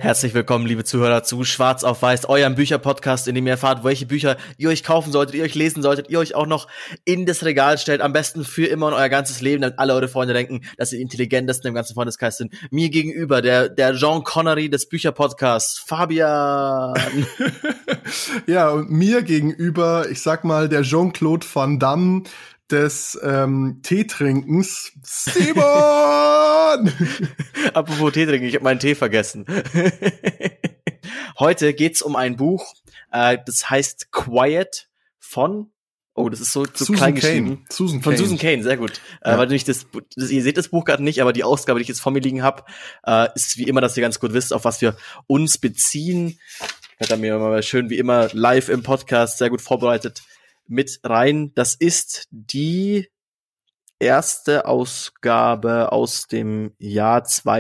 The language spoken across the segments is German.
Herzlich willkommen, liebe Zuhörer, zu Schwarz auf Weiß, eurem Bücherpodcast, in dem ihr erfahrt, welche Bücher ihr euch kaufen solltet, ihr euch lesen solltet, ihr euch auch noch in das Regal stellt, am besten für immer und euer ganzes Leben, damit alle eure Freunde denken, dass ihr die intelligentesten im ganzen Freundeskreis sind. Mir gegenüber, der Jean Connery des Bücherpodcasts, Fabian. Ja, und mir gegenüber, ich sag mal, der Jean-Claude Van Damme des Teetrinkens, Simon! Apropos Tee trinken, ich habe meinen Tee vergessen. Heute geht's um ein Buch, das heißt Quiet von, das ist so klein geschrieben. Susan Kane, sehr gut. Ja. Weil ihr seht das Buch gerade nicht, aber die Ausgabe, die ich jetzt vor mir liegen habe, ist wie immer, dass ihr ganz gut wisst, auf was wir uns beziehen. Hat er mir mal schön wie immer live im Podcast sehr gut vorbereitet mit rein. Das ist die erste Ausgabe aus dem Jahr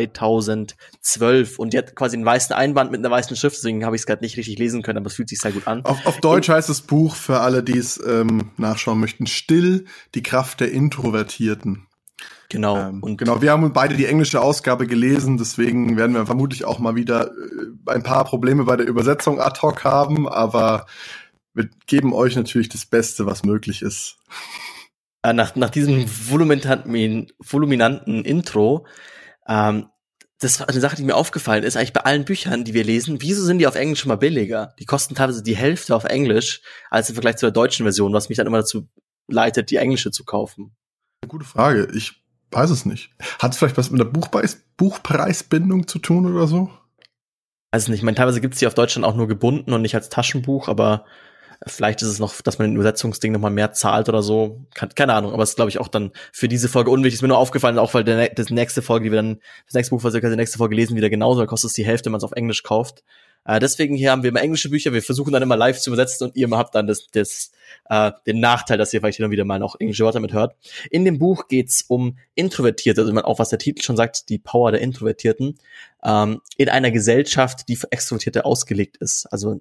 2012 und die hat quasi einen weißen Einband mit einer weißen Schrift, deswegen habe ich es gerade nicht richtig lesen können, aber es fühlt sich sehr gut an. Auf Deutsch heißt das Buch, für alle, die es nachschauen möchten, Still, die Kraft der Introvertierten. Genau. Genau, wir haben beide die englische Ausgabe gelesen, deswegen werden wir vermutlich auch mal wieder ein paar Probleme bei der Übersetzung ad hoc haben, aber wir geben euch natürlich das Beste, was möglich ist. Nach diesem voluminanten Intro, das war eine Sache, die mir aufgefallen ist, eigentlich bei allen Büchern, die wir lesen, wieso sind die auf Englisch immer billiger? Die kosten teilweise die Hälfte auf Englisch, als im Vergleich zur deutschen Version, was mich dann immer dazu leitet, die englische zu kaufen. Gute Frage, ich weiß es nicht. Hat es vielleicht was mit der Buchpreisbindung zu tun oder so? Also nicht, ich meine, teilweise gibt's die auf Deutschland auch nur gebunden und nicht als Taschenbuch, aber vielleicht ist es noch, dass man den Übersetzungsding noch mal mehr zahlt oder so. Keine Ahnung, aber es ist, glaube ich, auch dann für diese Folge unwichtig. Ist mir nur aufgefallen, auch weil das nächste Buch, was wir die nächste Folge lesen, wieder genauso. Da kostet es die Hälfte, wenn man es auf Englisch kauft. Deswegen hier haben wir immer englische Bücher. Wir versuchen dann immer live zu übersetzen und ihr habt dann den Nachteil, dass ihr vielleicht hin und wieder mal noch englische Wörter mit hört. In dem Buch geht's um Introvertierte, also auch was der Titel schon sagt, die Power der Introvertierten, in einer Gesellschaft, die für Extrovertierte ausgelegt ist. Also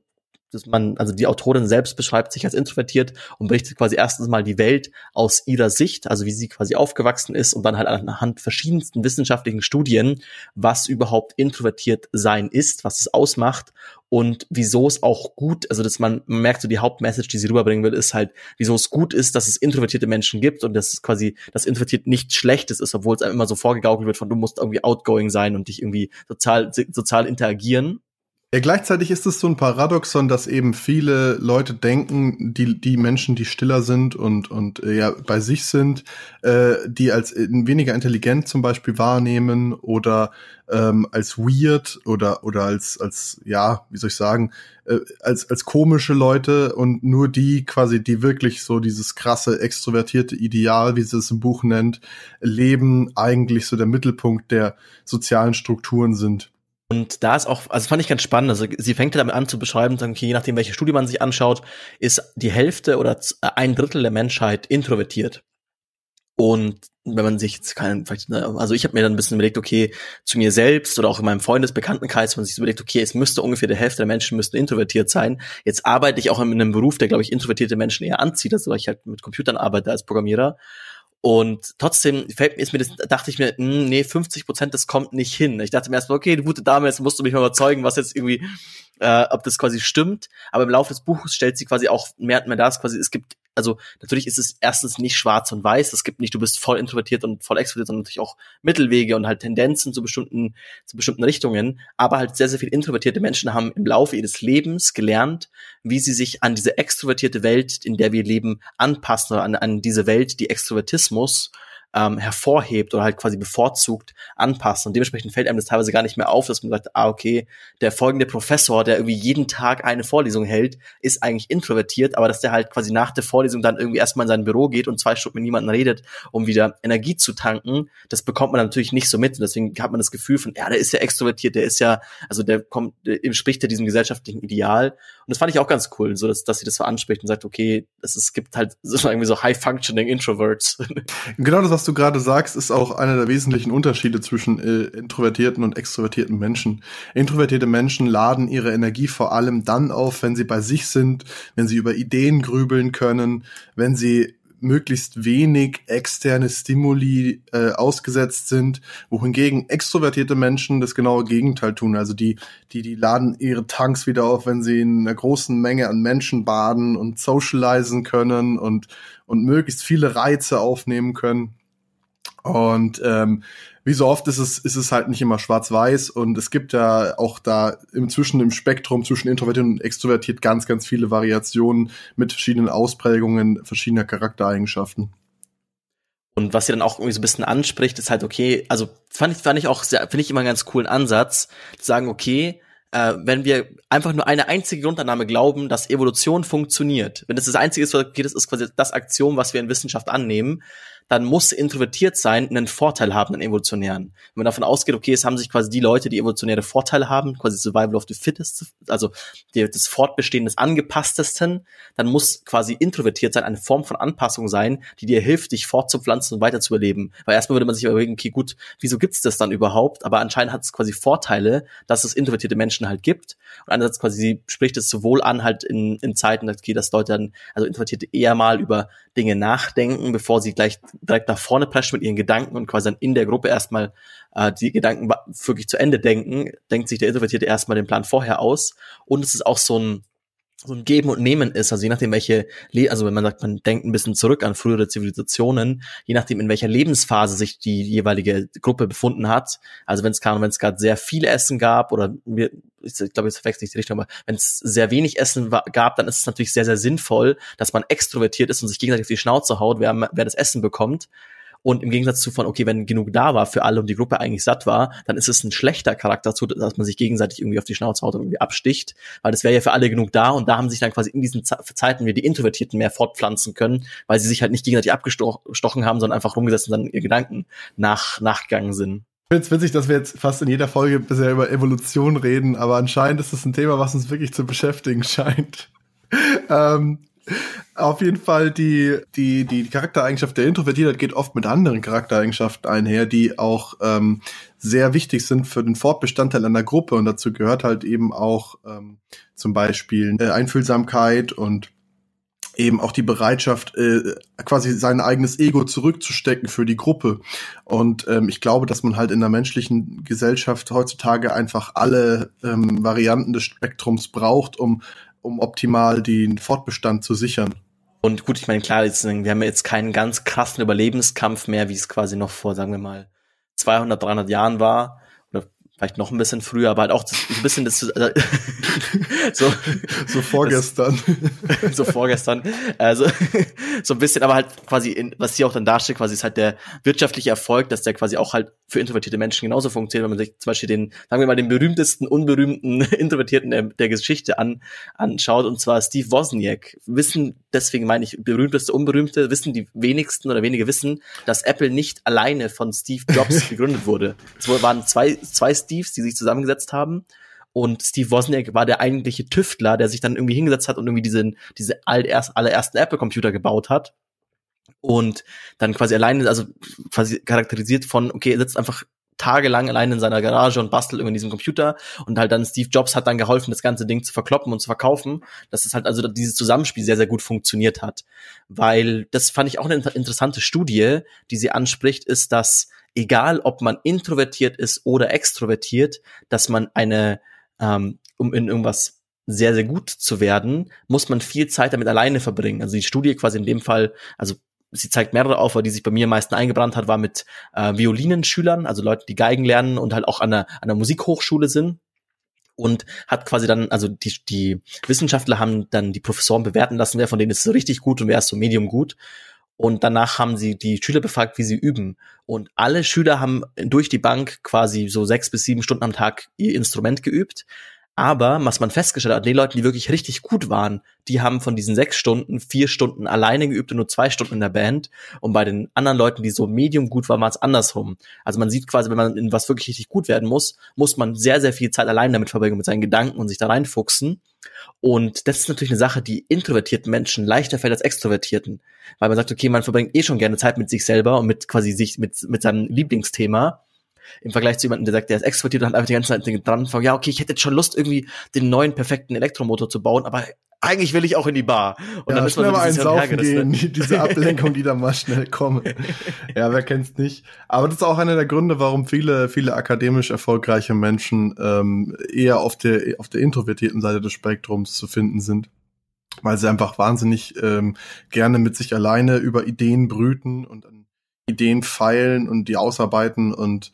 die Autorin selbst beschreibt sich als introvertiert und berichtet quasi erstens mal die Welt aus ihrer Sicht, also wie sie quasi aufgewachsen ist und dann halt anhand verschiedensten wissenschaftlichen Studien, was überhaupt introvertiert sein ist, was es ausmacht und wieso es auch gut, also dass man merkt so die Hauptmessage, die sie rüberbringen will, ist halt, wieso es gut ist, dass es introvertierte Menschen gibt und dass es quasi, dass introvertiert nichts Schlechtes ist, obwohl es einem immer so vorgegaukelt wird von, du musst irgendwie outgoing sein und dich irgendwie sozial interagieren. Ja, gleichzeitig ist es so ein Paradoxon, dass eben viele Leute denken, die Menschen, die stiller sind und bei sich sind, die als weniger intelligent zum Beispiel wahrnehmen oder als weird oder als wie soll ich sagen, als komische Leute und nur die quasi, die wirklich so dieses krasse extrovertierte Ideal, wie sie es im Buch nennt, leben, eigentlich so der Mittelpunkt der sozialen Strukturen sind. Und da ist auch, also fand ich ganz spannend, also sie fängt damit an zu beschreiben, sagen, okay, je nachdem, welche Studie man sich anschaut, ist die Hälfte oder ein Drittel der Menschheit introvertiert. Und wenn man sich jetzt also ich habe mir dann ein bisschen überlegt, okay, zu mir selbst oder auch in meinem Freundesbekanntenkreis, wenn man sich so überlegt, okay, es müsste ungefähr die Hälfte der Menschen müssten introvertiert sein. Jetzt arbeite ich auch in einem Beruf, der, glaube ich, introvertierte Menschen eher anzieht, also weil ich halt mit Computern arbeite als Programmierer. Und trotzdem dachte ich mir, nee, 50%, das kommt nicht hin. Ich dachte mir erstmal, okay, du gute Dame, jetzt musst du mich mal überzeugen, was jetzt irgendwie, ob das quasi stimmt. Aber im Laufe des Buches stellt sie quasi auch mehr und mehr dar, quasi, es gibt, also natürlich ist es erstens nicht schwarz und weiß, es gibt nicht, du bist voll introvertiert und voll extrovertiert, sondern natürlich auch Mittelwege und halt Tendenzen zu bestimmten Richtungen. Aber halt sehr, sehr viele introvertierte Menschen haben im Laufe ihres Lebens gelernt, wie sie sich an diese extrovertierte Welt, in der wir leben, anpassen, oder an diese Welt, die Extrovertismus hervorhebt oder halt quasi bevorzugt anpassen. Und dementsprechend fällt einem das teilweise gar nicht mehr auf, dass man sagt, okay, der folgende Professor, der irgendwie jeden Tag eine Vorlesung hält, ist eigentlich introvertiert, aber dass der halt quasi nach der Vorlesung dann irgendwie erstmal in sein Büro geht und 2 Stunden mit niemandem redet, um wieder Energie zu tanken, das bekommt man natürlich nicht so mit. Und deswegen hat man das Gefühl von, ja, der ist ja extrovertiert, der ist ja, also der entspricht ja diesem gesellschaftlichen Ideal. Und das fand ich auch ganz cool, so dass sie das so anspricht und sagt, okay, es gibt halt so irgendwie so high-functioning Introverts. Genau das, was du gerade sagst, ist auch einer der wesentlichen Unterschiede zwischen introvertierten und extrovertierten Menschen. Introvertierte Menschen laden ihre Energie vor allem dann auf, wenn sie bei sich sind, wenn sie über Ideen grübeln können, wenn sie möglichst wenig externe Stimuli ausgesetzt sind, wohingegen extrovertierte Menschen das genaue Gegenteil tun. Also die laden ihre Tanks wieder auf, wenn sie in einer großen Menge an Menschen baden und socialisen können und möglichst viele Reize aufnehmen können. Und wie so oft ist es halt nicht immer schwarz-weiß, und es gibt ja auch da inzwischen im Spektrum zwischen introvertiert und extrovertiert ganz, ganz viele Variationen mit verschiedenen Ausprägungen verschiedener Charaktereigenschaften. Und was sie dann auch irgendwie so ein bisschen anspricht, ist halt okay, also finde ich immer einen ganz coolen Ansatz, zu sagen, okay, wenn wir einfach nur eine einzige Grundannahme glauben, dass Evolution funktioniert, wenn das Einzige ist, okay, das ist quasi das Axiom, was wir in Wissenschaft annehmen, dann muss introvertiert sein einen Vorteil haben, einen evolutionären. Wenn man davon ausgeht, okay, es haben sich quasi die Leute, die evolutionäre Vorteile haben, quasi Survival of the Fittest, also das Fortbestehen des Angepasstesten, dann muss quasi introvertiert sein eine Form von Anpassung sein, die dir hilft, dich fortzupflanzen und weiter zu überleben. Weil erstmal würde man sich überlegen, okay, gut, wieso gibt's das dann überhaupt? Aber anscheinend hat es quasi Vorteile, dass es introvertierte Menschen halt gibt. Und andererseits quasi, sie spricht es sowohl an halt in Zeiten, okay, dass Leute dann, also Introvertierte eher mal über Dinge nachdenken, bevor sie gleich direkt nach vorne preschen mit ihren Gedanken und quasi dann in der Gruppe erstmal die Gedanken wirklich zu Ende denken, denkt sich der Introvertierte erstmal den Plan vorher aus. Und es ist auch so ein Geben und Nehmen ist, also je nachdem also wenn man sagt, man denkt ein bisschen zurück an frühere Zivilisationen, je nachdem in welcher Lebensphase sich die jeweilige Gruppe befunden hat, also wenn es gerade sehr viel Essen gab oder ich glaube, jetzt verwechsel ich die Richtung, aber wenn es sehr wenig Essen gab, dann ist es natürlich sehr, sehr sinnvoll, dass man extrovertiert ist und sich gegenseitig auf die Schnauze haut, wer das Essen bekommt. Und im Gegensatz zu okay, wenn genug da war für alle und die Gruppe eigentlich satt war, dann ist es ein schlechter Charakter, dass man sich gegenseitig irgendwie auf die Schnauze haut und irgendwie absticht, weil das wäre ja für alle genug da, und da haben sich dann quasi in diesen Zeiten die Introvertierten mehr fortpflanzen können, weil sie sich halt nicht gegenseitig abgestochen haben, sondern einfach rumgesessen und dann ihre Gedanken nachgegangen sind. Ich finde es witzig, dass wir jetzt fast in jeder Folge bisher über Evolution reden, aber anscheinend ist es ein Thema, was uns wirklich zu beschäftigen scheint. Auf jeden Fall die Charaktereigenschaft der Introvertiertheit geht oft mit anderen Charaktereigenschaften einher, die auch sehr wichtig sind für den Fortbestandteil einer Gruppe, und dazu gehört halt eben auch zum Beispiel Einfühlsamkeit und eben auch die Bereitschaft, quasi sein eigenes Ego zurückzustecken für die Gruppe. Und ich glaube, dass man halt in der menschlichen Gesellschaft heutzutage einfach alle Varianten des Spektrums braucht, um optimal den Fortbestand zu sichern. Und gut, ich meine, klar, wir haben jetzt keinen ganz krassen Überlebenskampf mehr, wie es quasi noch vor, sagen wir mal, 200, 300 Jahren war. Oder vielleicht noch ein bisschen früher, aber halt auch ein bisschen das so vorgestern. So vorgestern. Also so ein bisschen, aber halt quasi, was hier auch dann darstellt, quasi ist halt der wirtschaftliche Erfolg, dass der quasi auch halt für introvertierte Menschen genauso funktioniert, wenn man sich zum Beispiel sagen wir mal, den berühmtesten, unberühmten Introvertierten der Geschichte anschaut, und zwar Steve Wozniak. Deswegen meine ich, berühmteste, unberühmte, wissen die wenigsten oder wenige wissen, dass Apple nicht alleine von Steve Jobs gegründet wurde. Es waren zwei Steves, die sich zusammengesetzt haben. Und Steve Wozniak war der eigentliche Tüftler, der sich dann irgendwie hingesetzt hat und irgendwie diese allerersten Apple-Computer gebaut hat. Und dann quasi alleine, also quasi charakterisiert von, okay, er sitzt einfach tagelang allein in seiner Garage und bastelt irgendwie diesem Computer, und halt dann Steve Jobs hat dann geholfen, das ganze Ding zu verkloppen und zu verkaufen, dass es halt also dieses Zusammenspiel sehr, sehr gut funktioniert hat. Weil, das fand ich auch eine interessante Studie, die sie anspricht, ist, dass egal, ob man introvertiert ist oder extrovertiert, dass man um in irgendwas sehr, sehr gut zu werden, muss man viel Zeit damit alleine verbringen. Also die Studie quasi in dem Fall, also sie zeigt mehrere auf, aber die sich bei mir am meisten eingebrannt hat, war mit Violinenschülern, also Leute, die Geigen lernen und halt auch an der Musikhochschule sind. Und hat quasi dann, also die Wissenschaftler haben dann die Professoren bewerten lassen, wer von denen ist so richtig gut und wer ist so medium gut. Und danach haben sie die Schüler befragt, wie sie üben. Und alle Schüler haben durch die Bank quasi so 6 bis 7 Stunden am Tag ihr Instrument geübt. Aber was man festgestellt hat, die Leute, die wirklich richtig gut waren, die haben von diesen 6 Stunden 4 Stunden alleine geübt und nur 2 Stunden in der Band. Und bei den anderen Leuten, die so medium gut waren, war es andersrum. Also man sieht quasi, wenn man in was wirklich richtig gut werden muss man sehr, sehr viel Zeit allein damit verbringen, mit seinen Gedanken und sich da reinfuchsen. Und das ist natürlich eine Sache, die introvertierten Menschen leichter fällt als extrovertierten. Weil man sagt, okay, man verbringt schon gerne Zeit mit sich selber und mit quasi sich, mit seinem Lieblingsthema. Im Vergleich zu jemandem, der sagt, der ist extrovertiert und hat einfach die ganze Zeit dran, ja, okay, ich hätte jetzt schon Lust, irgendwie den neuen perfekten Elektromotor zu bauen, aber eigentlich will ich auch in die Bar. Und ja, dann ist man schnell mal einen saufen gehen, ne? diese Ablenkung, die da mal schnell kommen. Ja, wer kennt's nicht. Aber das ist auch einer der Gründe, warum viele akademisch erfolgreiche Menschen eher auf der introvertierten Seite des Spektrums zu finden sind. Weil sie einfach wahnsinnig gerne mit sich alleine über Ideen brüten und an Ideen feilen und die ausarbeiten und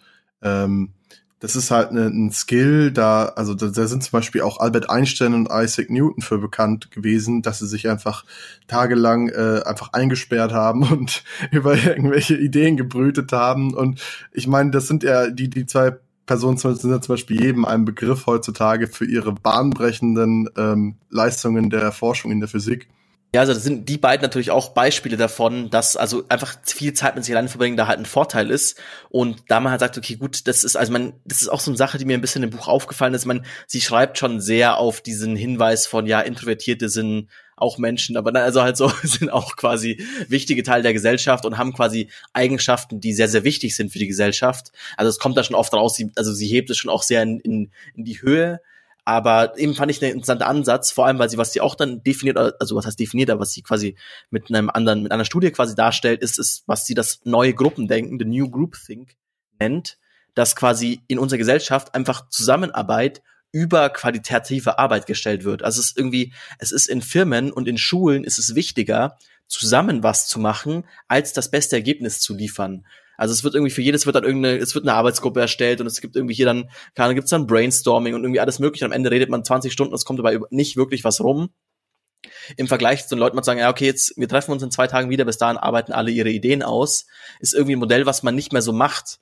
das ist halt ein Skill, da sind zum Beispiel auch Albert Einstein und Isaac Newton für bekannt gewesen, dass sie sich einfach tagelang einfach eingesperrt haben und über irgendwelche Ideen gebrütet haben. Und ich meine, das sind ja die zwei Personen sind ja zum Beispiel jedem ein Begriff heutzutage für ihre bahnbrechenden Leistungen der Forschung in der Physik. Ja, also das sind die beiden natürlich auch Beispiele davon, dass also einfach viel Zeit mit sich alleine verbringen da halt ein Vorteil ist und da man halt sagt, okay, gut, das ist auch so eine Sache, die mir ein bisschen im Buch aufgefallen ist, sie schreibt schon sehr auf diesen Hinweis von, ja, Introvertierte sind auch Menschen, aber dann also halt so sind auch quasi wichtige Teile der Gesellschaft und haben quasi Eigenschaften, die sehr, sehr wichtig sind für die Gesellschaft. Also es kommt da schon oft raus, sie hebt es schon auch sehr in die Höhe. Aber eben fand ich einen interessanten Ansatz, vor allem, weil was sie auch dann definiert, also was heißt definiert, aber was sie quasi mit einer Studie quasi darstellt, ist, was sie das neue Gruppendenken, the New Groupthink nennt, dass quasi in unserer Gesellschaft einfach Zusammenarbeit über qualitative Arbeit gestellt wird. Also es ist in Firmen und in Schulen ist es wichtiger, zusammen was zu machen, als das beste Ergebnis zu liefern. Also es wird irgendwie es wird eine Arbeitsgruppe erstellt und es gibt irgendwie hier dann, gibt's dann Brainstorming und irgendwie alles mögliche. Und am Ende redet man 20 Stunden, es kommt dabei nicht wirklich was rum. Im Vergleich zu den Leuten, die sagen, ja, okay, jetzt, wir treffen uns in 2 Tagen wieder, bis dahin arbeiten alle ihre Ideen aus, ist irgendwie ein Modell, was man nicht mehr so macht.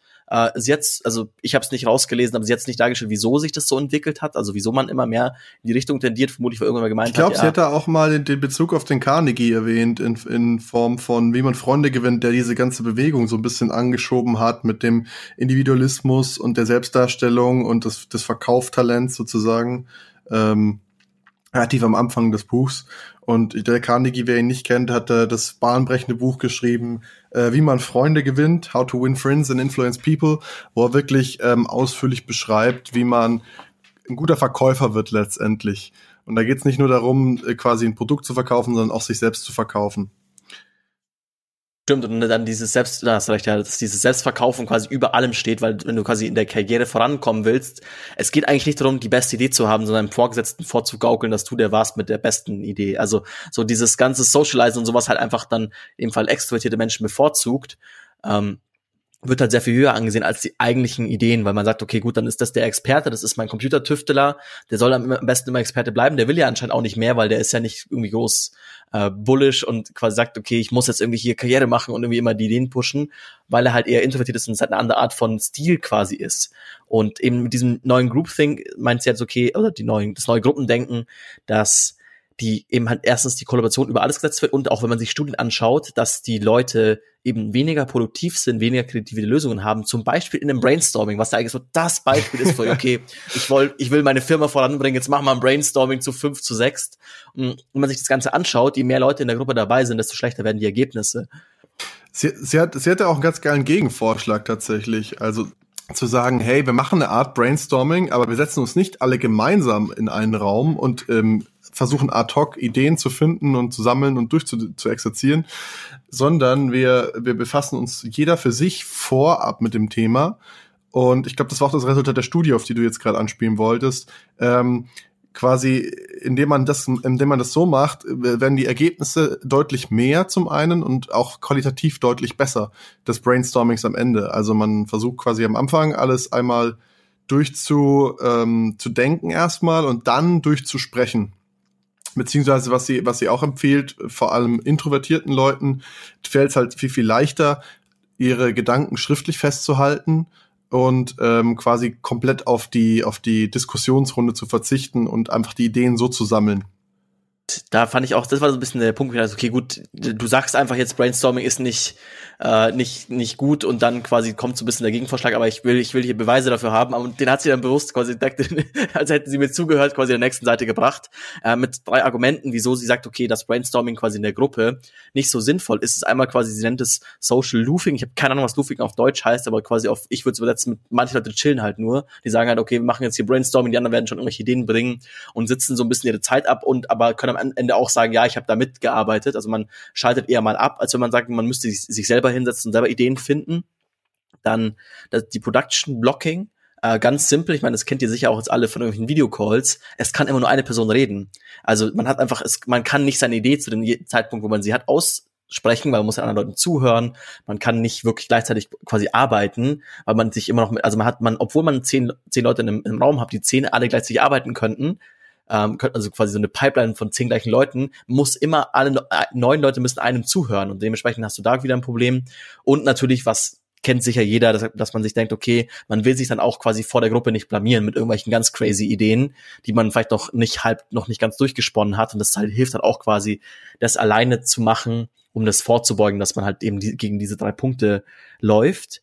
Ich habe es nicht rausgelesen, aber sie hat es nicht dargestellt, wieso sich das so entwickelt hat, also wieso man immer mehr in die Richtung tendiert, vermutlich, weil irgendwann mal gemeint hat. Ich glaube, sie hätte auch mal den Bezug auf den Carnegie erwähnt, in Form von, wie man Freunde gewinnt, der diese ganze Bewegung so ein bisschen angeschoben hat mit dem Individualismus und der Selbstdarstellung und des Verkauftalents sozusagen, relativ am Anfang des Buchs. Und der Carnegie, wer ihn nicht kennt, hat das bahnbrechende Buch geschrieben, wie man Freunde gewinnt, How to Win Friends and Influence People, wo er wirklich ausführlich beschreibt, wie man ein guter Verkäufer wird letztendlich. Und da geht es nicht nur darum, quasi ein Produkt zu verkaufen, sondern auch sich selbst zu verkaufen. Stimmt, und dann dieses dass dieses Selbstverkaufen quasi über allem steht, weil wenn du quasi in der Karriere vorankommen willst, es geht eigentlich nicht darum, die beste Idee zu haben, sondern einem Vorgesetzten vorzugaukeln, dass du der warst mit der besten Idee. Also so dieses ganze Socializen und sowas halt einfach dann im Fall extrovertierte Menschen bevorzugt, wird halt sehr viel höher angesehen als die eigentlichen Ideen, weil man sagt, okay, gut, dann ist das der Experte, das ist mein Computertüfteler, der soll am besten immer Experte bleiben, der will ja anscheinend auch nicht mehr, weil der ist ja nicht irgendwie groß bullish und quasi sagt, okay, ich muss jetzt irgendwie hier Karriere machen und irgendwie immer die Ideen pushen, weil er halt eher introvertiert ist und es halt eine andere Art von Stil quasi ist. Und eben mit diesem neuen Groupthink meint sie jetzt, okay, oder das neue Gruppendenken, dass die eben halt erstens die Kollaboration über alles gesetzt wird und auch wenn man sich Studien anschaut, dass die Leute eben weniger produktiv sind, weniger kreative Lösungen haben, zum Beispiel in einem Brainstorming, was da eigentlich so das Beispiel ist für, okay, ich will meine Firma voranbringen, jetzt machen wir ein Brainstorming zu 5 zu 6. Und wenn man sich das Ganze anschaut, je mehr Leute in der Gruppe dabei sind, desto schlechter werden die Ergebnisse. Sie hatte auch einen ganz geilen Gegenvorschlag tatsächlich, also zu sagen, hey, wir machen eine Art Brainstorming, aber wir setzen uns nicht alle gemeinsam in einen Raum und versuchen ad hoc Ideen zu finden und zu sammeln und zu exerzieren, sondern wir befassen uns jeder für sich vorab mit dem Thema. Und ich glaube, das war auch das Resultat der Studie, auf die du jetzt gerade anspielen wolltest. Quasi, indem man das so macht, werden die Ergebnisse deutlich mehr zum einen und auch qualitativ deutlich besser des Brainstormings am Ende. Also man versucht quasi am Anfang alles einmal zu denken erstmal und dann durchzusprechen. Beziehungsweise was sie auch empfiehlt, vor allem introvertierten Leuten, fällt es halt viel, viel leichter, ihre Gedanken schriftlich festzuhalten und quasi komplett auf die Diskussionsrunde zu verzichten und einfach die Ideen so zu sammeln. Da fand ich auch, das war so ein bisschen der Punkt, also okay, gut, du sagst einfach jetzt, Brainstorming ist nicht gut und dann quasi kommt so ein bisschen der Gegenvorschlag, aber ich will hier Beweise dafür haben, und den hat sie dann bewusst quasi, als hätten sie mir zugehört, quasi der nächsten Seite gebracht, mit 3 Argumenten, wieso sie sagt, okay, das Brainstorming quasi in der Gruppe nicht so sinnvoll ist. Es einmal quasi, sie nennt es Social Loofing, ich habe keine Ahnung, was Loofing auf Deutsch heißt, aber quasi ich würde es übersetzen mit, manche Leute chillen halt nur, die sagen halt, okay, wir machen jetzt hier Brainstorming, die anderen werden schon irgendwelche Ideen bringen und sitzen so ein bisschen ihre Zeit ab aber können am am Ende auch sagen, ja, ich habe da mitgearbeitet. Also man schaltet eher mal ab, als wenn man sagt, man müsste sich selber hinsetzen und selber Ideen finden. Dann die Production Blocking, ganz simpel, ich meine, das kennt ihr sicher auch jetzt alle von irgendwelchen Videocalls, es kann immer nur eine Person reden. Also man kann nicht seine Idee zu dem Zeitpunkt, wo man sie hat, aussprechen, weil man muss ja anderen Leuten zuhören, man kann nicht wirklich gleichzeitig quasi arbeiten, weil man sich immer noch obwohl man 10 Leute im Raum hat, die 10 alle gleichzeitig arbeiten könnten, also quasi so eine Pipeline von 10 gleichen Leuten, muss immer 9 Leute müssen einem zuhören und dementsprechend hast du da wieder ein Problem. Und natürlich, was kennt sicher jeder, dass man sich denkt, okay, man will sich dann auch quasi vor der Gruppe nicht blamieren mit irgendwelchen ganz crazy Ideen, die man vielleicht noch nicht ganz durchgesponnen hat, und das halt hilft dann auch quasi, das alleine zu machen, um das vorzubeugen, dass man halt eben gegen diese 3 Punkte läuft,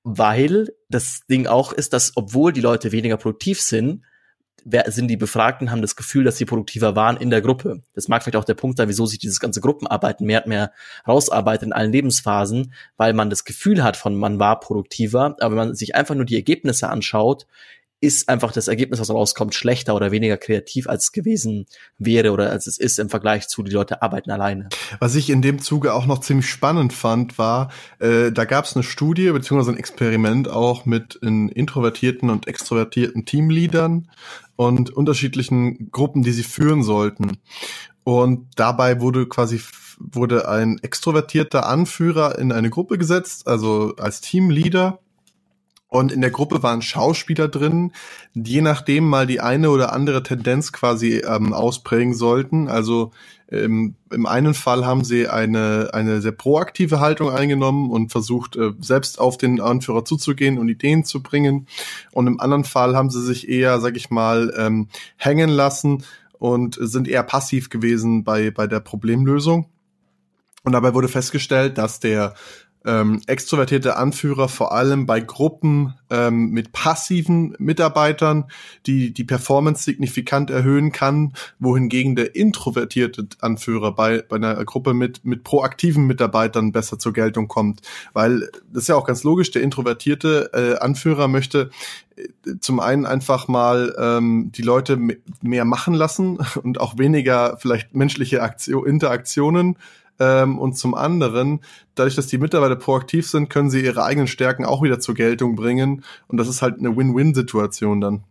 weil das Ding auch ist, dass obwohl die Leute weniger produktiv sind die Befragten, haben das Gefühl, dass sie produktiver waren in der Gruppe. Das mag vielleicht auch der Punkt sein, wieso sich dieses ganze Gruppenarbeiten mehr und mehr rausarbeitet in allen Lebensphasen, weil man das Gefühl hat man war produktiver, aber wenn man sich einfach nur die Ergebnisse anschaut, ist einfach das Ergebnis, was rauskommt, schlechter oder weniger kreativ, als es gewesen wäre oder als es ist im Vergleich zu, die Leute arbeiten alleine. Was ich in dem Zuge auch noch ziemlich spannend fand, war, da gab es eine Studie beziehungsweise ein Experiment auch mit introvertierten und extrovertierten Teamleadern und unterschiedlichen Gruppen, die sie führen sollten. Und dabei wurde ein extrovertierter Anführer in eine Gruppe gesetzt, also als Teamleader. Und in der Gruppe waren Schauspieler drin, die je nachdem mal die eine oder andere Tendenz quasi ausprägen sollten. Also im einen Fall haben sie eine sehr proaktive Haltung eingenommen und versucht, selbst auf den Anführer zuzugehen und Ideen zu bringen. Und im anderen Fall haben sie sich eher, sag ich mal, hängen lassen und sind eher passiv gewesen bei der Problemlösung. Und dabei wurde festgestellt, dass der extrovertierte Anführer vor allem bei Gruppen mit passiven Mitarbeitern die Performance signifikant erhöhen kann, wohingegen der introvertierte Anführer bei einer Gruppe mit proaktiven Mitarbeitern besser zur Geltung kommt. Weil das ist ja auch ganz logisch, der introvertierte Anführer möchte zum einen einfach mal die Leute mehr machen lassen und auch weniger vielleicht menschliche Interaktionen. Und zum anderen, dadurch, dass die Mitarbeiter proaktiv sind, können sie ihre eigenen Stärken auch wieder zur Geltung bringen. Und das ist halt eine Win-Win-Situation dann.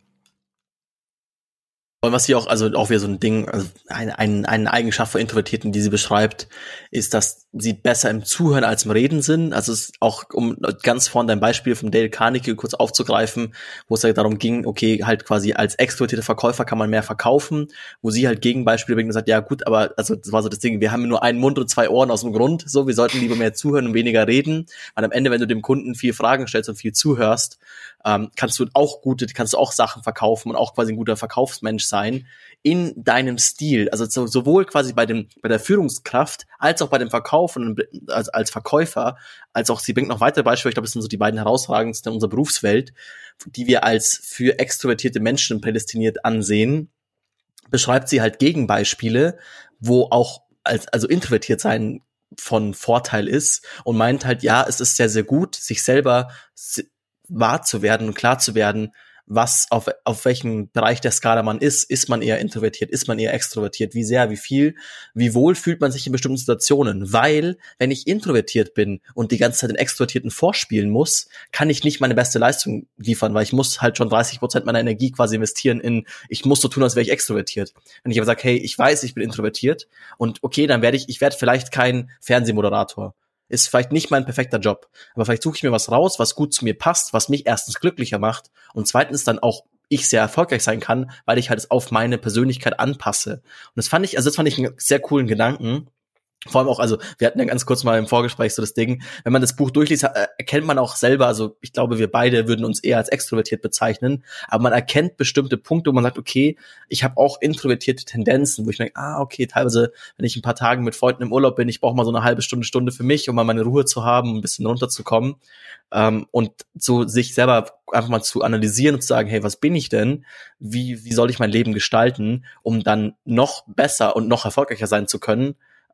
Und was hier auch, also auch wieder so ein Ding, also eine Eigenschaft von Introvertierten, die sie beschreibt, ist, dass sie besser im Zuhören als im Reden sind. Also es ist auch, um ganz vorne dein Beispiel von Dale Carnegie kurz aufzugreifen, wo es halt darum ging, okay, halt quasi als extrovertierter Verkäufer kann man mehr verkaufen, wo sie halt Gegenbeispiele bringt und sagt, ja gut, aber also das war so das Ding, wir haben nur einen Mund und 2 Ohren aus dem Grund, so, wir sollten lieber mehr zuhören und weniger reden, weil am Ende, wenn du dem Kunden viel Fragen stellst und viel zuhörst, kannst du auch Sachen verkaufen und auch quasi ein guter Verkaufsmensch sein in deinem Stil. Also sowohl quasi bei der Führungskraft als auch bei dem Verkauf und als Verkäufer, als auch sie bringt noch weitere Beispiele. Ich glaube, das sind so die beiden herausragendsten in unserer Berufswelt, die wir als für extrovertierte Menschen prädestiniert ansehen. Beschreibt sie halt Gegenbeispiele, wo auch also introvertiert sein von Vorteil ist und meint halt, ja, es ist sehr, sehr gut, sich selber wahr zu werden und klar zu werden, was auf welchem Bereich der Skala man ist man eher introvertiert, ist man eher extrovertiert, wie sehr, wie viel, wie wohl fühlt man sich in bestimmten Situationen, weil, wenn ich introvertiert bin und die ganze Zeit den Extrovertierten vorspielen muss, kann ich nicht meine beste Leistung liefern, weil ich muss halt schon 30% meiner Energie quasi investieren ich muss so tun, als wäre ich extrovertiert. Wenn ich aber sage, hey, ich weiß, ich bin introvertiert und okay, dann werde ich werde vielleicht kein Fernsehmoderator. Ist vielleicht nicht mein perfekter Job, aber vielleicht suche ich mir was raus, was gut zu mir passt, was mich erstens glücklicher macht und zweitens dann auch ich sehr erfolgreich sein kann, weil ich halt es auf meine Persönlichkeit anpasse. Und das fand ich einen sehr coolen Gedanken. Vor allem auch, also wir hatten ja ganz kurz mal im Vorgespräch so das Ding, wenn man das Buch durchliest, erkennt man auch selber, also ich glaube, wir beide würden uns eher als extrovertiert bezeichnen, aber man erkennt bestimmte Punkte, wo man sagt, okay, ich habe auch introvertierte Tendenzen, wo ich denke, okay, teilweise, wenn ich ein paar Tage mit Freunden im Urlaub bin, ich brauche mal so eine halbe Stunde für mich, um mal meine Ruhe zu haben, ein bisschen runterzukommen und so sich selber einfach mal zu analysieren und zu sagen, hey, was bin ich denn? Wie soll ich mein Leben gestalten, um dann noch besser und noch erfolgreicher sein zu können?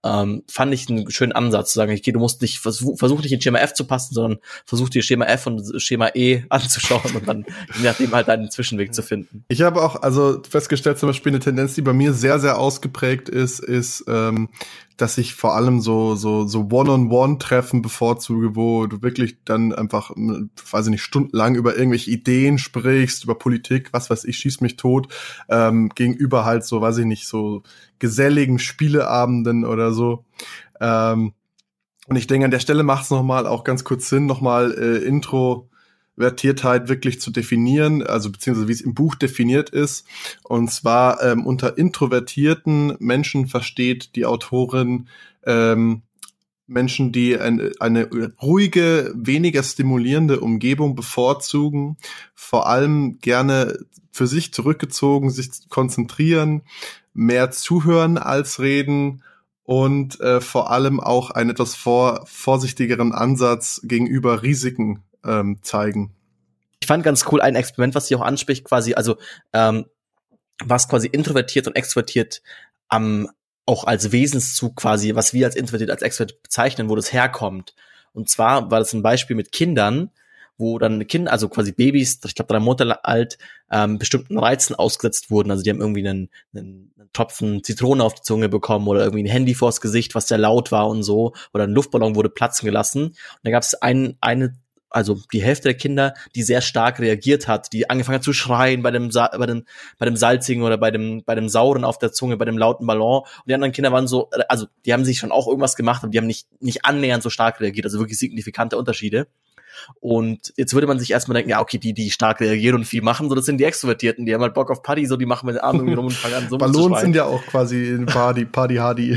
fand ich einen schönen Ansatz zu sagen, okay, du musst nicht versuch nicht in Schema F zu passen, sondern versuch dir Schema F und Schema E anzuschauen und dann je nachdem halt einen Zwischenweg zu finden. Ich habe auch also festgestellt, zum Beispiel eine Tendenz, die bei mir sehr, sehr ausgeprägt ist, dass ich vor allem so One-on-One-Treffen bevorzuge, wo du wirklich dann einfach, weiß ich nicht, stundenlang über irgendwelche Ideen sprichst, über Politik, was weiß ich, schieß mich tot, gegenüber halt so, weiß ich nicht, so geselligen Spieleabenden oder so. Und ich denke, an der Stelle macht es nochmal auch ganz kurz Sinn, nochmal Introvertiertheit wirklich zu definieren, also beziehungsweise wie es im Buch definiert ist. Und zwar unter introvertierten Menschen versteht die Autorin Menschen, die eine ruhige, weniger stimulierende Umgebung bevorzugen, vor allem gerne für sich zurückgezogen, sich konzentrieren, mehr zuhören als reden und vor allem auch einen etwas vorsichtigeren Ansatz gegenüber Risiken zeigen. Ich fand ganz cool ein Experiment, was sie auch anspricht, quasi, also was quasi introvertiert und extrovertiert auch als Wesenszug quasi, was wir als introvertiert, als extrovertiert bezeichnen, wo das herkommt. Und zwar war das ein Beispiel mit Kindern, wo dann Kinder, also quasi Babys, ich glaube 3 Monate alt, bestimmten Reizen ausgesetzt wurden. Also die haben irgendwie einen Tropfen Zitrone auf die Zunge bekommen oder irgendwie ein Handy vors Gesicht, was sehr laut war und so. Oder ein Luftballon wurde platzen gelassen. Und da gab es also die Hälfte der Kinder, die sehr stark reagiert hat, die angefangen hat zu schreien bei dem salzigen oder bei dem sauren auf der Zunge, bei dem lauten Ballon. Und die anderen Kinder waren so, also die haben sich schon auch irgendwas gemacht, aber die haben nicht annähernd so stark reagiert, also wirklich signifikante Unterschiede. Und jetzt würde man sich erstmal denken, ja, okay, die stark reagieren und viel machen, so das sind die Extrovertierten, die haben halt Bock auf Party, so die machen mit den Armen irgendwie rum und fangen an so Ballons zu schreien. Sind ja auch quasi Party-Hardy.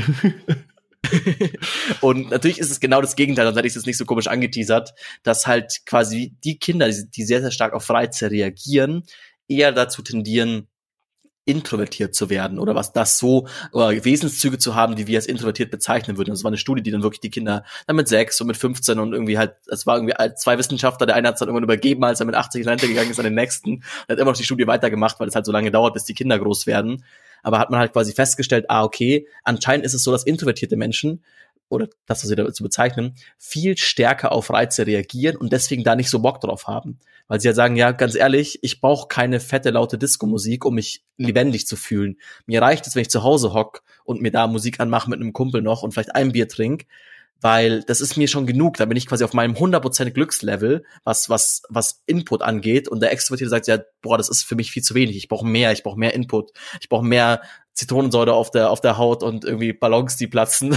Und natürlich ist es genau das Gegenteil, sonst hätte ich es nicht so komisch angeteasert, dass halt quasi die Kinder, die sehr, sehr stark auf Reize reagieren, eher dazu tendieren, introvertiert zu werden oder oder Wesenszüge zu haben, die wir als introvertiert bezeichnen würden. Das war eine Studie, die dann wirklich die Kinder dann mit 6 und mit 15 und irgendwie halt, es war irgendwie 2 Wissenschaftler, der eine hat es dann irgendwann übergeben, als er mit 80 in Rente gegangen ist an den nächsten und hat immer noch die Studie weitergemacht, weil es halt so lange dauert, bis die Kinder groß werden. Aber hat man halt quasi festgestellt, okay, anscheinend ist es so, dass introvertierte Menschen, oder das, was sie dazu bezeichnen, viel stärker auf Reize reagieren und deswegen da nicht so Bock drauf haben. Weil sie halt sagen, ja, ganz ehrlich, ich brauche keine fette, laute Disco-Musik, um mich lebendig zu fühlen. Mir reicht es, wenn ich zu Hause hock und mir da Musik anmache mit einem Kumpel noch und vielleicht ein Bier trinke, weil das ist mir schon genug. Da bin ich quasi auf meinem 100% Glückslevel, was Input angeht. Und der Extrovertierte sagt ja, boah, das ist für mich viel zu wenig. Ich brauche mehr Input. Ich brauche mehr Zitronensäure auf der Haut und irgendwie Ballons, die platzen.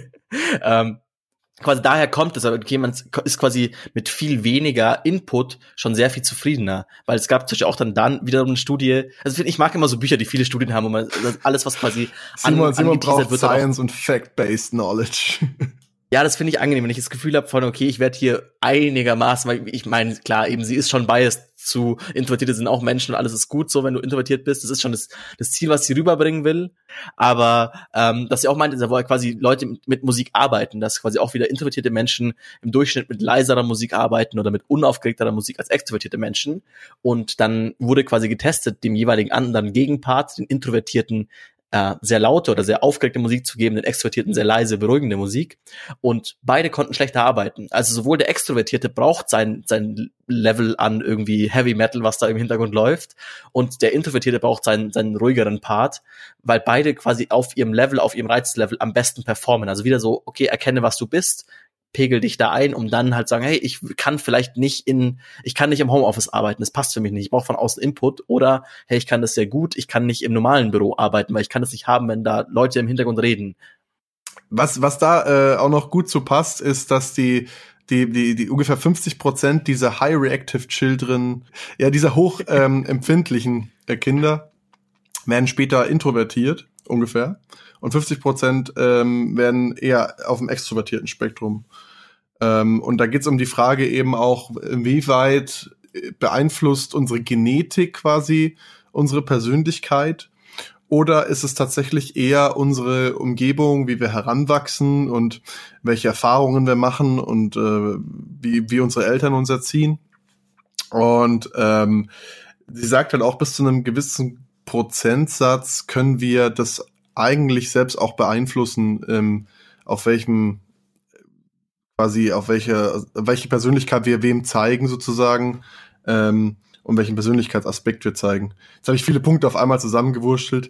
Quasi daher kommt es, aber okay, man ist quasi mit viel weniger Input schon sehr viel zufriedener, weil es gab zum Beispiel auch dann wiederum eine Studie, also ich mag immer so Bücher, die viele Studien haben, wo man alles, was quasi Simon braucht wird, Science und Fact-Based Knowledge. Ja, das finde ich angenehm, wenn ich das Gefühl habe von, okay, ich werde hier einigermaßen, weil ich meine, klar, eben sie ist schon biased zu, Introvertierte sind auch Menschen und alles ist gut so, wenn du introvertiert bist. Das ist schon das Ziel, was sie rüberbringen will. Aber dass sie auch meint, dass quasi Leute mit Musik arbeiten, dass quasi auch wieder introvertierte Menschen im Durchschnitt mit leiserer Musik arbeiten oder mit unaufgeregterer Musik als extrovertierte Menschen. Und dann wurde quasi getestet, dem jeweiligen anderen Gegenpart, den Introvertierten, sehr laute oder sehr aufgeregte Musik zu geben, den Extrovertierten sehr leise, beruhigende Musik. Und beide konnten schlechter arbeiten. Also sowohl der Extrovertierte braucht sein Level an irgendwie Heavy Metal, was da im Hintergrund läuft, und der Introvertierte braucht seinen ruhigeren Part, weil beide quasi auf ihrem Reizlevel am besten performen. Also wieder so, okay, erkenne, was du bist, pegel dich da ein, um dann halt sagen, hey, ich kann nicht im Homeoffice arbeiten, das passt für mich nicht, ich brauche von außen Input, oder hey, ich kann das sehr gut, ich kann nicht im normalen Büro arbeiten, weil ich kann das nicht haben, wenn da Leute im Hintergrund reden. Was da auch noch gut zu passt, ist, dass die ungefähr 50% dieser High Reactive Children, ja, dieser hoch empfindlichen Kinder werden später introvertiert, ungefähr. Und 50% werden eher auf dem extrovertierten Spektrum. Und da geht's um die Frage eben auch, inwieweit beeinflusst unsere Genetik quasi unsere Persönlichkeit? Oder ist es tatsächlich eher unsere Umgebung, wie wir heranwachsen und welche Erfahrungen wir machen und wie unsere Eltern uns erziehen? Und sie sagt halt auch, bis zu einem gewissen Prozentsatz können wir das eigentlich selbst auch beeinflussen, auf welche Persönlichkeit wir wem zeigen sozusagen, und welchen Persönlichkeitsaspekt wir zeigen. Jetzt habe ich viele Punkte auf einmal zusammengewurschtelt.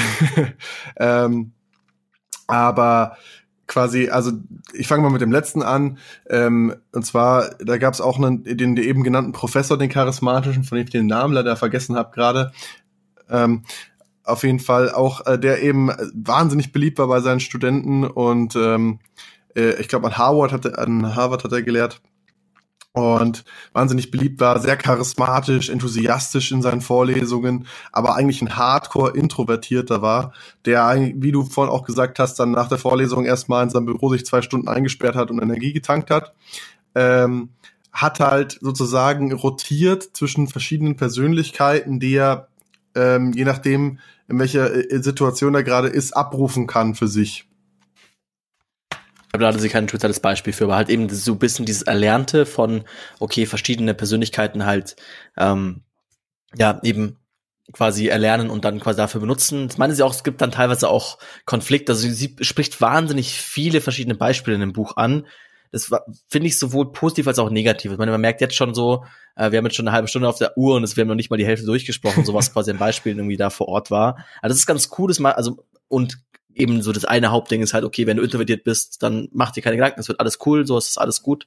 Aber quasi, also ich fange mal mit dem letzten an. Und zwar, da gab es auch den eben genannten Professor, den charismatischen, von dem ich den Namen leider vergessen habe gerade. Auf jeden Fall auch, der eben wahnsinnig beliebt war bei seinen Studenten und ich glaube an Harvard hat er gelehrt und wahnsinnig beliebt war, sehr charismatisch, enthusiastisch in seinen Vorlesungen, aber eigentlich ein Hardcore-Introvertierter war, der, wie du vorhin auch gesagt hast, dann nach der Vorlesung erstmal in seinem Büro sich 2 Stunden eingesperrt hat und Energie getankt hat. Hat halt sozusagen rotiert zwischen verschiedenen Persönlichkeiten, die er, je nachdem, in welcher Situation er gerade ist, abrufen kann für sich. Da hatte sie kein totales Beispiel für, aber halt eben so ein bisschen dieses Erlernte von, okay, verschiedene Persönlichkeiten halt, eben quasi erlernen und dann quasi dafür benutzen. Ich meine, es gibt dann teilweise auch Konflikte, also sie spricht wahnsinnig viele verschiedene Beispiele in dem Buch an. Das finde ich sowohl positiv als auch negativ. Ich meine, man merkt jetzt schon so, wir haben jetzt schon eine halbe Stunde auf der Uhr und wir haben noch nicht mal die Hälfte durchgesprochen, so was quasi ein Beispiel irgendwie da vor Ort war. Also das ist ganz cool, und eben so das eine Hauptding ist halt, okay, wenn du introvertiert bist, dann mach dir keine Gedanken, es wird alles cool, so es ist alles gut.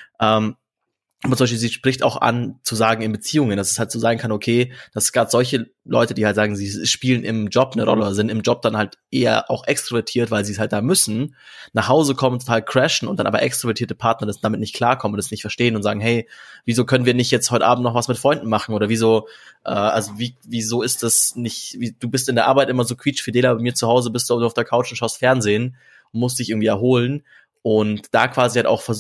Aber zum Beispiel, sie spricht auch an, zu sagen in Beziehungen, dass es halt so sein kann, okay, dass es gerade solche Leute, die halt sagen, sie spielen im Job eine Rolle, oder sind im Job dann halt eher auch extrovertiert, weil sie es halt da müssen, nach Hause kommen, total crashen und dann aber extrovertierte Partner das damit nicht klarkommen und das nicht verstehen und sagen, hey, wieso können wir nicht jetzt heute Abend noch was mit Freunden machen oder wieso ist das nicht, du bist in der Arbeit immer so quietschfidel, aber bei mir zu Hause bist du auf der Couch und schaust Fernsehen und musst dich irgendwie erholen und da quasi halt auch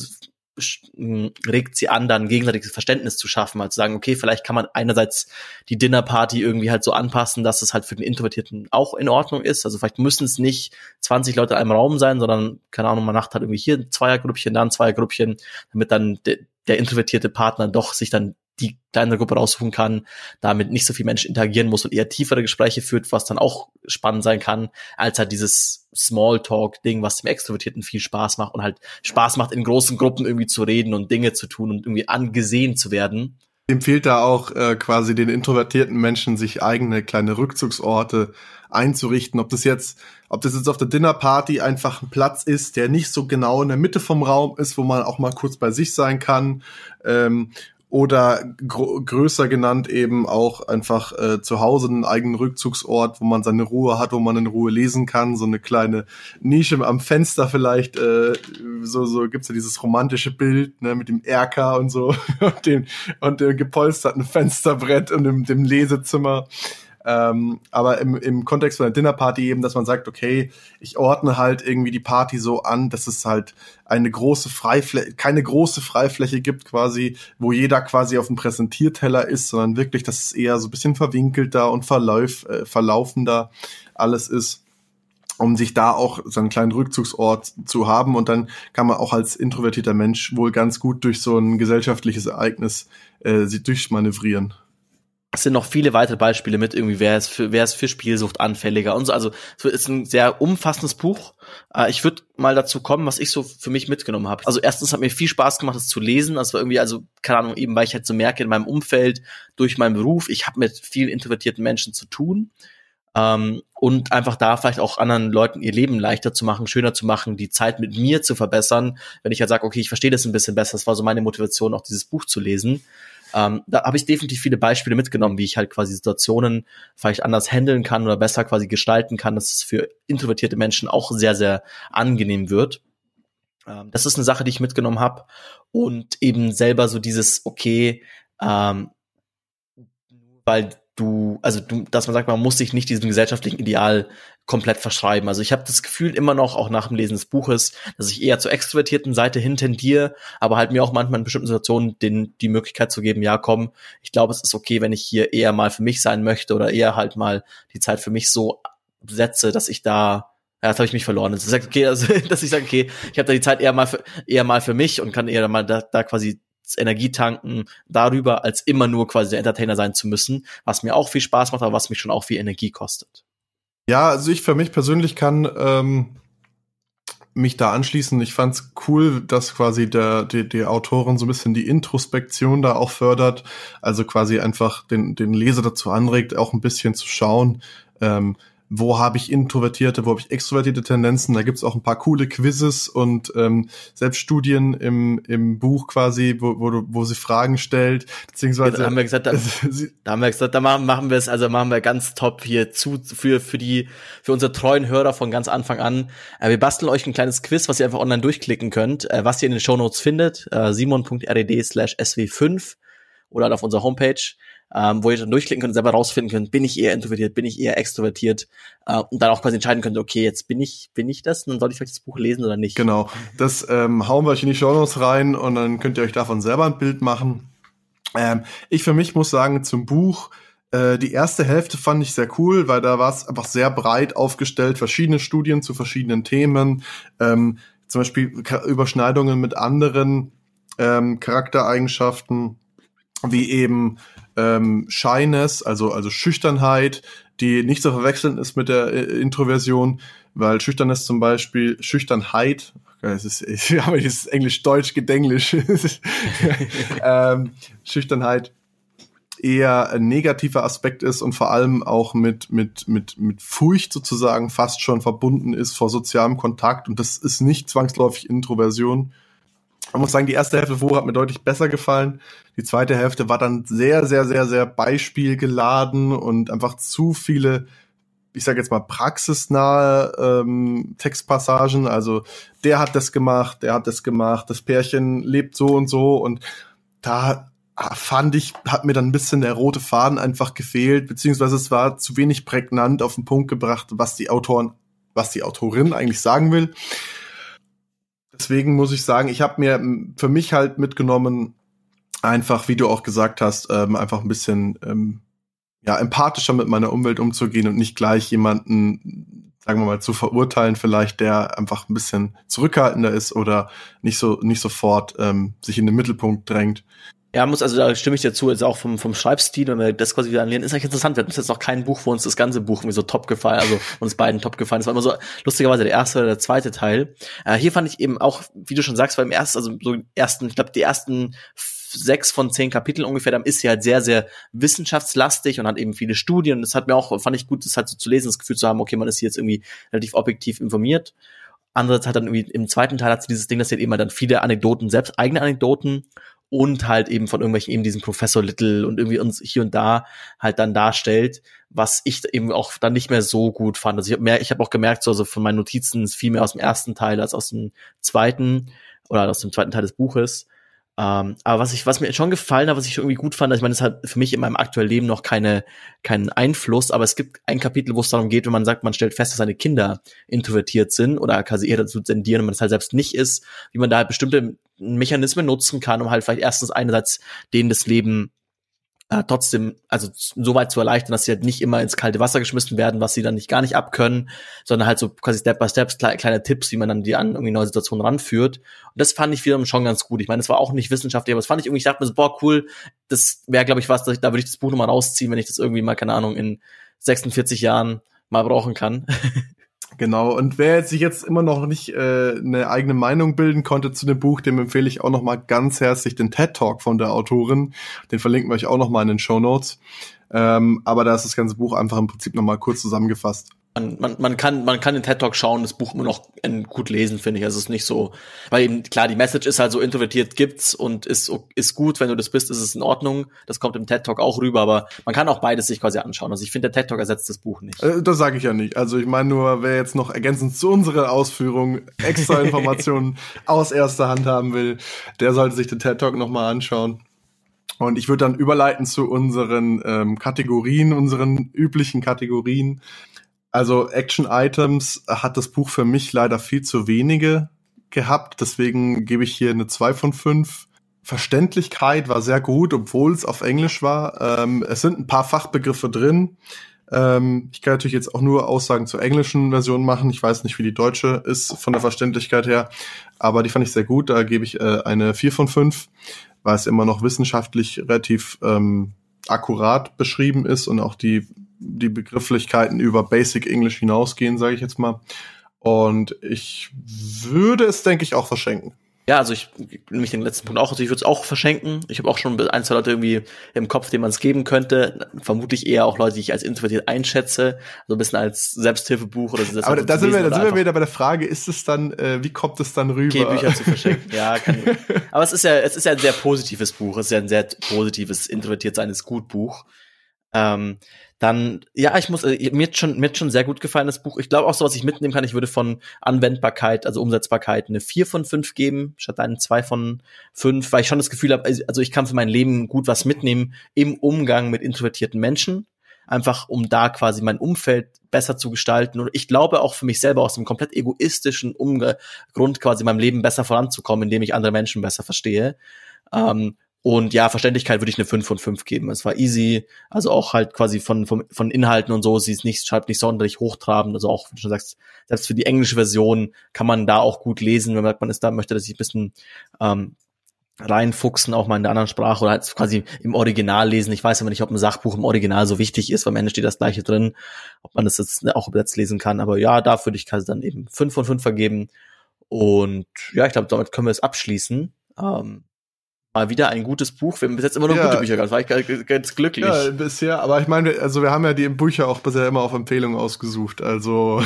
regt sie an, dann gegenseitiges Verständnis zu schaffen, halt zu sagen, okay, vielleicht kann man einerseits die Dinnerparty irgendwie halt so anpassen, dass es halt für den Introvertierten auch in Ordnung ist, also vielleicht müssen es nicht 20 Leute in einem Raum sein, sondern, keine Ahnung, man macht halt irgendwie hier ein Zweiergrüppchen, da ein Zweiergrüppchen, damit dann der introvertierte Partner doch sich dann die kleinere Gruppe raussuchen kann, damit nicht so viel Menschen interagieren muss und eher tiefere Gespräche führt, was dann auch spannend sein kann, als halt dieses Smalltalk-Ding, was dem Extrovertierten viel Spaß macht und halt Spaß macht, in großen Gruppen irgendwie zu reden und Dinge zu tun und irgendwie angesehen zu werden. Dem fehlt da auch quasi den introvertierten Menschen, sich eigene kleine Rückzugsorte einzurichten. Ob das jetzt auf der Dinnerparty einfach ein Platz ist, der nicht so genau in der Mitte vom Raum ist, wo man auch mal kurz bei sich sein kann, oder größer genannt eben auch einfach zu Hause einen eigenen Rückzugsort, wo man seine Ruhe hat, wo man in Ruhe lesen kann, so eine kleine Nische am Fenster vielleicht, so gibt's ja dieses romantische Bild, ne, mit dem Erker und so und dem gepolsterten Fensterbrett und dem Lesezimmer. Aber im Kontext von einer Dinnerparty eben, dass man sagt, okay, ich ordne halt irgendwie die Party so an, dass es halt keine große Freifläche gibt quasi, wo jeder quasi auf dem Präsentierteller ist, sondern wirklich, dass es eher so ein bisschen verwinkelter und verlaufender alles ist, um sich da auch so einen kleinen Rückzugsort zu haben. Und dann kann man auch als introvertierter Mensch wohl ganz gut durch so ein gesellschaftliches Ereignis sich durchmanövrieren. Es sind noch viele weitere Beispiele mit irgendwie, wer ist für Spielsucht anfälliger und so. Also es ist ein sehr umfassendes Buch. Ich würde mal dazu kommen, was ich so für mich mitgenommen habe. Also erstens hat mir viel Spaß gemacht, das zu lesen. Das war irgendwie, also keine Ahnung, eben weil ich halt so merke in meinem Umfeld, durch meinen Beruf, ich habe mit vielen introvertierten Menschen zu tun. Und einfach da vielleicht auch anderen Leuten ihr Leben leichter zu machen, schöner zu machen, die Zeit mit mir zu verbessern. Wenn ich halt sage, okay, ich verstehe das ein bisschen besser. Das war so meine Motivation, auch dieses Buch zu lesen. Da habe ich definitiv viele Beispiele mitgenommen, wie ich halt quasi Situationen vielleicht anders handeln kann oder besser quasi gestalten kann, dass es für introvertierte Menschen auch sehr, sehr angenehm wird. Das ist eine Sache, die ich mitgenommen habe. Und eben selber so dieses, okay, weil dass man sagt, man muss sich nicht diesem gesellschaftlichen Ideal komplett verschreiben. Also ich habe das Gefühl immer noch, auch nach dem Lesen des Buches, dass ich eher zur extrovertierten Seite hin tendiere, aber halt mir auch manchmal in bestimmten Situationen die Möglichkeit zu geben, ja komm, ich glaube, es ist okay, wenn ich hier eher mal für mich sein möchte oder eher halt mal die Zeit für mich so setze, dass ich da, ja, jetzt habe ich mich verloren. Das ist okay, also, dass ich sage, okay, ich habe da die Zeit eher mal für mich und kann eher mal da quasi Energie tanken darüber, als immer nur quasi der Entertainer sein zu müssen, was mir auch viel Spaß macht, aber was mich schon auch viel Energie kostet. Ja, also ich für mich persönlich kann mich da anschließen. Ich fand's cool, dass quasi die Autorin so ein bisschen die Introspektion da auch fördert. Also quasi einfach den Leser dazu anregt, auch ein bisschen zu schauen, wo habe ich introvertierte, wo habe ich extrovertierte Tendenzen. Da gibt's auch ein paar coole Quizzes und selbst Studien im Buch quasi, wo sie Fragen stellt, beziehungsweise da haben wir gesagt, da machen wir es, also machen wir ganz top hier für unsere treuen Hörer von ganz Anfang an. Wir basteln euch ein kleines Quiz, was ihr einfach online durchklicken könnt, was ihr in den Shownotes findet, simon.red/sw5 oder halt auf unserer Homepage. Wo ihr dann durchklicken könnt und selber rausfinden könnt, bin ich eher introvertiert, bin ich eher extrovertiert, und dann auch quasi entscheiden könnt, okay, jetzt bin ich das, und dann soll ich vielleicht das Buch lesen oder nicht. Genau, das hauen wir euch in die Shownotes rein und dann könnt ihr euch davon selber ein Bild machen. Ich für mich muss sagen, zum Buch, die erste Hälfte fand ich sehr cool, weil da war es einfach sehr breit aufgestellt, verschiedene Studien zu verschiedenen Themen, zum Beispiel Überschneidungen mit anderen Charaktereigenschaften, wie eben Shyness, also Schüchternheit, die nicht zu verwechseln ist mit der Introversion, weil Schüchternheit, ich habe dieses Englisch-Deutsch-Gedenglisch, Schüchternheit eher ein negativer Aspekt ist und vor allem auch mit Furcht sozusagen fast schon verbunden ist vor sozialem Kontakt, und das ist nicht zwangsläufig Introversion. Man muss sagen, die erste Hälfte hat mir deutlich besser gefallen. Die zweite Hälfte war dann sehr, sehr, sehr, sehr beispielgeladen und einfach zu viele, ich sage jetzt mal, praxisnahe Textpassagen. Also der hat das gemacht, das Pärchen lebt so, und da fand ich, hat mir dann ein bisschen der rote Faden einfach gefehlt, beziehungsweise es war zu wenig prägnant auf den Punkt gebracht, was die Autorin eigentlich sagen will. Deswegen muss ich sagen, ich habe mir für mich halt mitgenommen, einfach, wie du auch gesagt hast, einfach ein bisschen empathischer mit meiner Umwelt umzugehen und nicht gleich jemanden, sagen wir mal, zu verurteilen, vielleicht, der einfach ein bisschen zurückhaltender ist oder nicht sofort sich in den Mittelpunkt drängt. Ja, da stimme ich dir zu, also auch vom Schreibstil, wenn wir das quasi wieder anlernen, ist eigentlich interessant. Wir hatten jetzt noch kein Buch, wo uns das ganze Buch irgendwie so top gefallen, also uns beiden top gefallen. Das war immer so, lustigerweise, der erste oder der zweite Teil. Hier fand ich eben auch, wie du schon sagst, ich glaube, die ersten 6 von 10 Kapiteln ungefähr, dann ist sie halt sehr, sehr wissenschaftslastig und hat eben viele Studien. Und das fand ich gut, das halt so zu lesen, das Gefühl zu haben, okay, man ist hier jetzt irgendwie relativ objektiv informiert. Andererseits hat dann irgendwie im zweiten Teil hat sie dieses Ding, dass sie halt eben halt dann viele Anekdoten, selbst eigene Anekdoten, und halt eben von irgendwelchen eben diesen Professor Little und irgendwie uns hier und da halt dann darstellt, was ich eben auch dann nicht mehr so gut fand. Also ich habe auch gemerkt, so also von meinen Notizen ist viel mehr aus dem ersten Teil als aus dem zweiten Teil des Buches. Aber was mir schon gefallen hat, was ich irgendwie gut fand, ich meine, es hat für mich in meinem aktuellen Leben noch keinen Einfluss, aber es gibt ein Kapitel, wo es darum geht, wenn man sagt, man stellt fest, dass seine Kinder introvertiert sind oder quasi eher dazu tendieren, wenn man es halt selbst nicht ist, wie man da halt bestimmte Mechanismen nutzen kann, um halt vielleicht erstens einerseits denen das Leben trotzdem, also so weit zu erleichtern, dass sie halt nicht immer ins kalte Wasser geschmissen werden, was sie dann gar nicht abkönnen, sondern halt so quasi Step by Step kleine Tipps, wie man dann die an irgendwie neue Situationen ranführt. Und das fand ich wiederum schon ganz gut. Ich meine, es war auch nicht wissenschaftlich, aber das fand ich irgendwie, ich dachte mir so, boah, cool, das wäre, glaube ich, da würde ich das Buch nochmal rausziehen, wenn ich das irgendwie mal, keine Ahnung, in 46 Jahren mal brauchen kann. Genau, und wer sich jetzt immer noch nicht eine eigene Meinung bilden konnte zu dem Buch, dem empfehle ich auch noch mal ganz herzlich den TED-Talk von der Autorin. Den verlinken wir euch auch noch mal in den Shownotes. Aber da ist das ganze Buch einfach im Prinzip noch mal kurz zusammengefasst. Man kann den TED-Talk schauen, das Buch immer noch gut lesen, finde ich. Also es ist nicht so, weil eben, klar, die Message ist halt so, introvertiert gibt's und ist gut, wenn du das bist, ist es in Ordnung. Das kommt im TED-Talk auch rüber, aber man kann auch beides sich quasi anschauen. Also ich finde, der TED-Talk ersetzt das Buch nicht. Das sage ich ja nicht. Also ich meine nur, wer jetzt noch ergänzend zu unserer Ausführung extra Informationen aus erster Hand haben will, der sollte sich den TED-Talk noch mal anschauen. Und ich würde dann überleiten zu unseren Kategorien, unseren üblichen Kategorien. Also Action-Items hat das Buch für mich leider viel zu wenige gehabt. Deswegen gebe ich hier eine 2 von 5. Verständlichkeit war sehr gut, obwohl es auf Englisch war. Es sind ein paar Fachbegriffe drin. Ich kann natürlich jetzt auch nur Aussagen zur englischen Version machen. Ich weiß nicht, wie die deutsche ist von der Verständlichkeit her. Aber die fand ich sehr gut. Da gebe ich eine 4 von 5, weil es immer noch wissenschaftlich relativ akkurat beschrieben ist und auch die Begrifflichkeiten über Basic English hinausgehen, sage ich jetzt mal. Und ich würde es, denke ich, auch verschenken. Ja, also ich nehme mich den letzten Punkt auch, also ich würde es auch verschenken. Ich habe auch schon ein, zwei Leute irgendwie im Kopf, denen man es geben könnte. Vermutlich eher auch Leute, die ich als introvertiert einschätze, so ein bisschen als Selbsthilfebuch oder so. Aber da sind wir wieder bei der Frage, ist es dann, wie kommt es dann rüber? Okay, Bücher zu verschenken, ja, kann ich. Aber es ist ja ein sehr positives Buch, es ist ja ein sehr positives, introvertiert seines Gutbuch. Dann, ja, mir hat schon sehr gut gefallen, das Buch. Ich glaube auch so, was ich mitnehmen kann, ich würde von Anwendbarkeit, also Umsetzbarkeit, eine 4 von 5 geben, statt eine 2 von 5, weil ich schon das Gefühl habe, also ich kann für mein Leben gut was mitnehmen im Umgang mit introvertierten Menschen, einfach um da quasi mein Umfeld besser zu gestalten. Und ich glaube auch für mich selber aus einem komplett egoistischen Grund quasi in meinem Leben besser voranzukommen, indem ich andere Menschen besser verstehe. Und ja, Verständlichkeit würde ich eine 5 von 5 geben. Es war easy, also auch halt quasi von Inhalten und so, schreibt nicht sonderlich hochtrabend, also auch, wie du schon sagst, selbst für die englische Version kann man da auch gut lesen, wenn man ist da möchte, dass ich ein bisschen reinfuchsen, auch mal in der anderen Sprache oder halt quasi im Original lesen. Ich weiß aber nicht, ob ein Sachbuch im Original so wichtig ist, weil am Ende steht das Gleiche drin, ob man das jetzt auch übersetzt lesen kann, aber ja, da würde ich quasi dann eben 5 von 5 vergeben und ja, ich glaube, damit können wir es abschließen. Mal wieder ein gutes Buch. Wir haben bis jetzt immer nur gute Bücher gehabt. War ich ganz glücklich. Ja, bisher. Aber ich meine, also wir haben ja die Bücher auch bisher immer auf Empfehlung ausgesucht. Also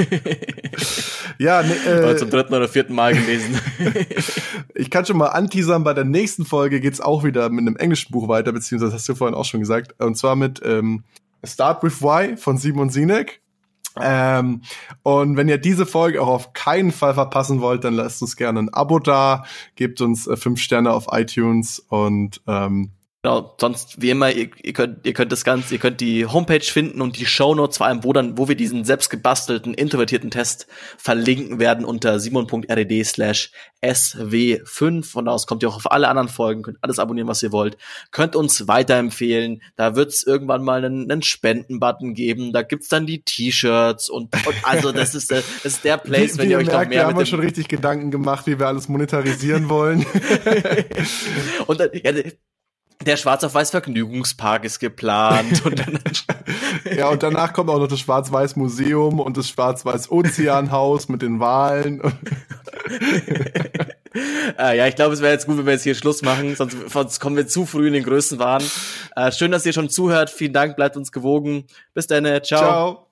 ja, zum 3. oder 4. Mal gelesen. Ich kann schon mal anteasern, bei der nächsten Folge geht's auch wieder mit einem englischen Buch weiter, beziehungsweise das hast du vorhin auch schon gesagt. Und zwar mit Start with Why von Simon Sinek. Und wenn ihr diese Folge auch auf keinen Fall verpassen wollt, dann lasst uns gerne ein Abo da, gebt uns 5 Sterne auf iTunes und genau, sonst wie immer, ihr könnt die Homepage finden und die Shownotes, vor allem wo wir diesen selbst gebastelten introvertierten Test verlinken werden unter simon.red/sw5. Von da aus kommt ihr auch auf alle anderen Folgen, könnt alles abonnieren, was ihr wollt, könnt uns weiterempfehlen, da wird's irgendwann mal einen Spenden-Button geben, da gibt's dann die T-Shirts und also das ist der Place, wenn ihr euch noch mehr wir haben uns schon richtig Gedanken gemacht, wie wir alles monetarisieren wollen. Und dann, ja, der Schwarz auf Weiß Vergnügungspark ist geplant. Und dann ja, und danach kommt auch noch das Schwarz-Weiß Museum und das Schwarz-Weiß Ozeanhaus mit den Walen. Ja, ich glaube, es wäre jetzt gut, wenn wir jetzt hier Schluss machen, sonst kommen wir zu früh in den Größenwahn. Schön, dass ihr schon zuhört. Vielen Dank, bleibt uns gewogen. Bis dann, ciao. Ciao.